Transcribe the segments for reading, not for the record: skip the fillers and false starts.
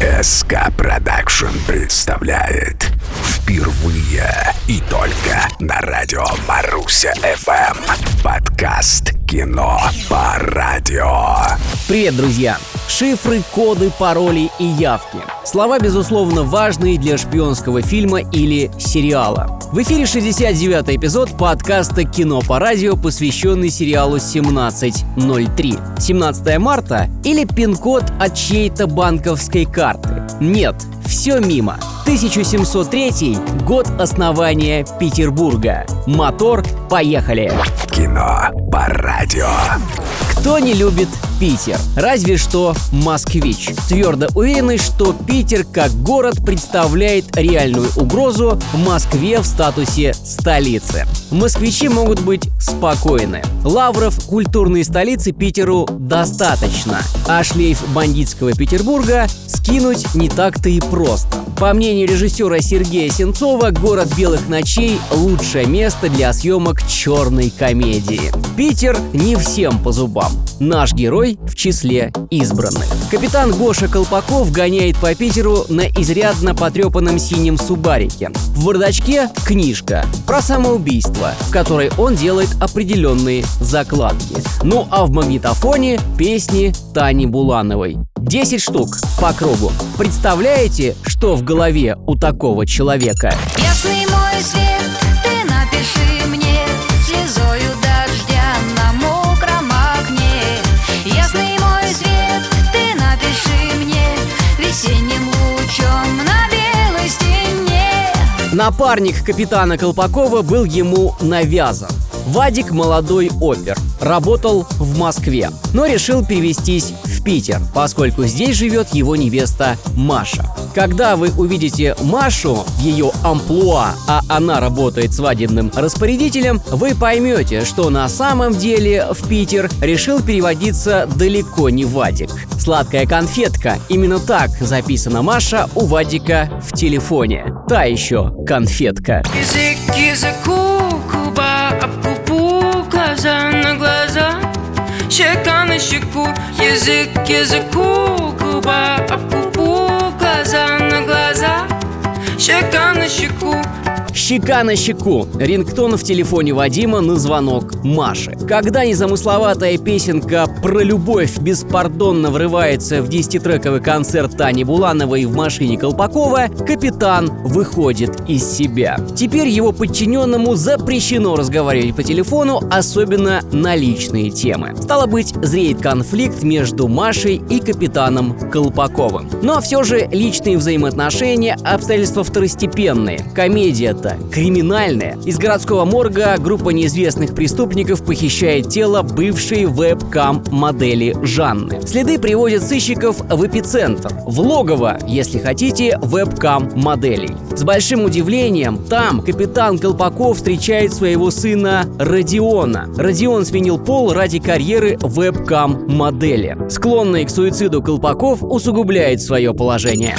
СК Продакшн представляет впервые и только на радио Маруся ФМ подкаст «Кино по радио». Привет, друзья! Шифры, коды, пароли и явки. Слова, безусловно, важные для шпионского фильма или сериала. В эфире 69-й эпизод подкаста «Кино по радио», посвященный сериалу 1703. 17 марта или пин-код от чьей-то банковской карты? Нет, все мимо. 1703 год основания Петербурга. Мотор, поехали! Кино по радио. Кто не любит Питер? Разве что москвич. Твердо уверенный, что Питер как город представляет реальную угрозу Москве в статусе столицы. Москвичи могут быть спокойны. Лавров культурной столицы Питеру достаточно, а шлейф бандитского Петербурга скинуть не так-то и просто. По мнению режиссера Сергея Сенцова, город белых ночей – лучшее место для съемок черной комедии. Питер не всем по зубам. Наш герой в числе избранных. Капитан Гоша Колпаков гоняет по Питеру на изрядно потрепанном синем субарике. В бардачке книжка про самоубийство, в которой он делает определенные закладки. Ну а в магнитофоне песни Тани Булановой. 10 штук по кругу. Представляете, что в голове у такого человека? Ясный мой свет, ты напиши мне слезою дождя на мокром окне. Ясный мой свет, ты напиши мне весенним лучом на белой стене. Напарник капитана Колпакова был ему навязан. Вадик – молодой опер, работал в Москве, но решил перевестись в Питер, поскольку здесь живет его невеста Маша. Когда вы увидите Машу в ее амплуа, а она работает свадебным распорядителем, вы поймете, что на самом деле в Питер решил переводиться далеко не Вадик. Сладкая конфетка, именно так записана Маша у Вадика в телефоне. Та еще конфетка. Язык к языку, губа об губу, глаза на глаза, щека на щеку. Язык к языку, губа об губу, глаза на глаза, щека на щеку. Щека на щеку. Рингтон в телефоне Вадима на звонок Маши. Когда незамысловатая песенка про любовь беспардонно врывается в 10-трековый концерт Тани Булановой в машине Колпакова, капитан выходит из себя. Теперь его подчиненному запрещено разговаривать по телефону, особенно на личные темы. Стало быть, зреет конфликт между Машей и капитаном Колпаковым. Но все же личные взаимоотношения – обстоятельства второстепенные. Комедия-то криминальная. Из городского морга группа неизвестных преступников похищает тело бывшей вебкам-модели Жанны. Следы приводят сыщиков в эпицентр, в логово, если хотите, вебкам-моделей. С большим удивлением там капитан Колпаков встречает своего сына Родиона. Родион сменил пол ради карьеры вебкам-модели. Склонный к суициду Колпаков усугубляет свое положение.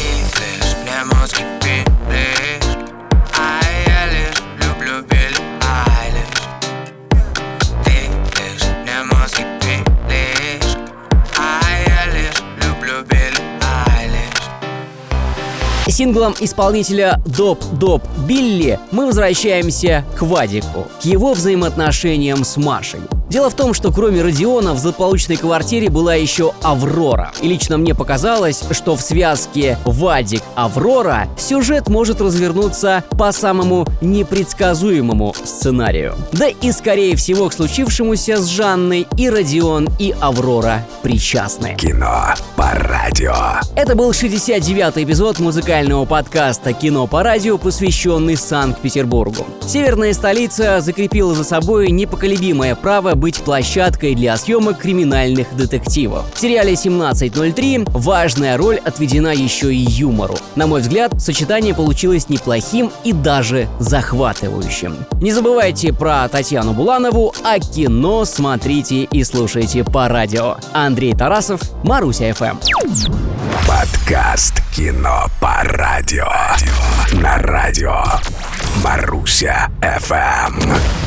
Синглом исполнителя «Доп-Доп Билли» мы возвращаемся к Вадику, к его взаимоотношениям с Машей. Дело в том, что кроме Родиона в злополучной квартире была еще Аврора. И лично мне показалось, что в связке Вадик-Аврора сюжет может развернуться по самому непредсказуемому сценарию. Да и, скорее всего, к случившемуся с Жанной и Родион, и Аврора причастны. Кино по радио. Это был 69-й эпизод музыкального подкаста «Кино по радио», посвященный Санкт-Петербургу. Северная столица закрепила за собой непоколебимое право быть площадкой для съемок криминальных детективов. В сериале 1703 важная роль отведена еще и юмору. На мой взгляд, сочетание получилось неплохим и даже захватывающим. Не забывайте про Татьяну Буланову, а кино смотрите и слушайте по радио. Андрей Тарасов, Маруся ФМ. Подкаст «Кино по радио» на радио Маруся ФМ.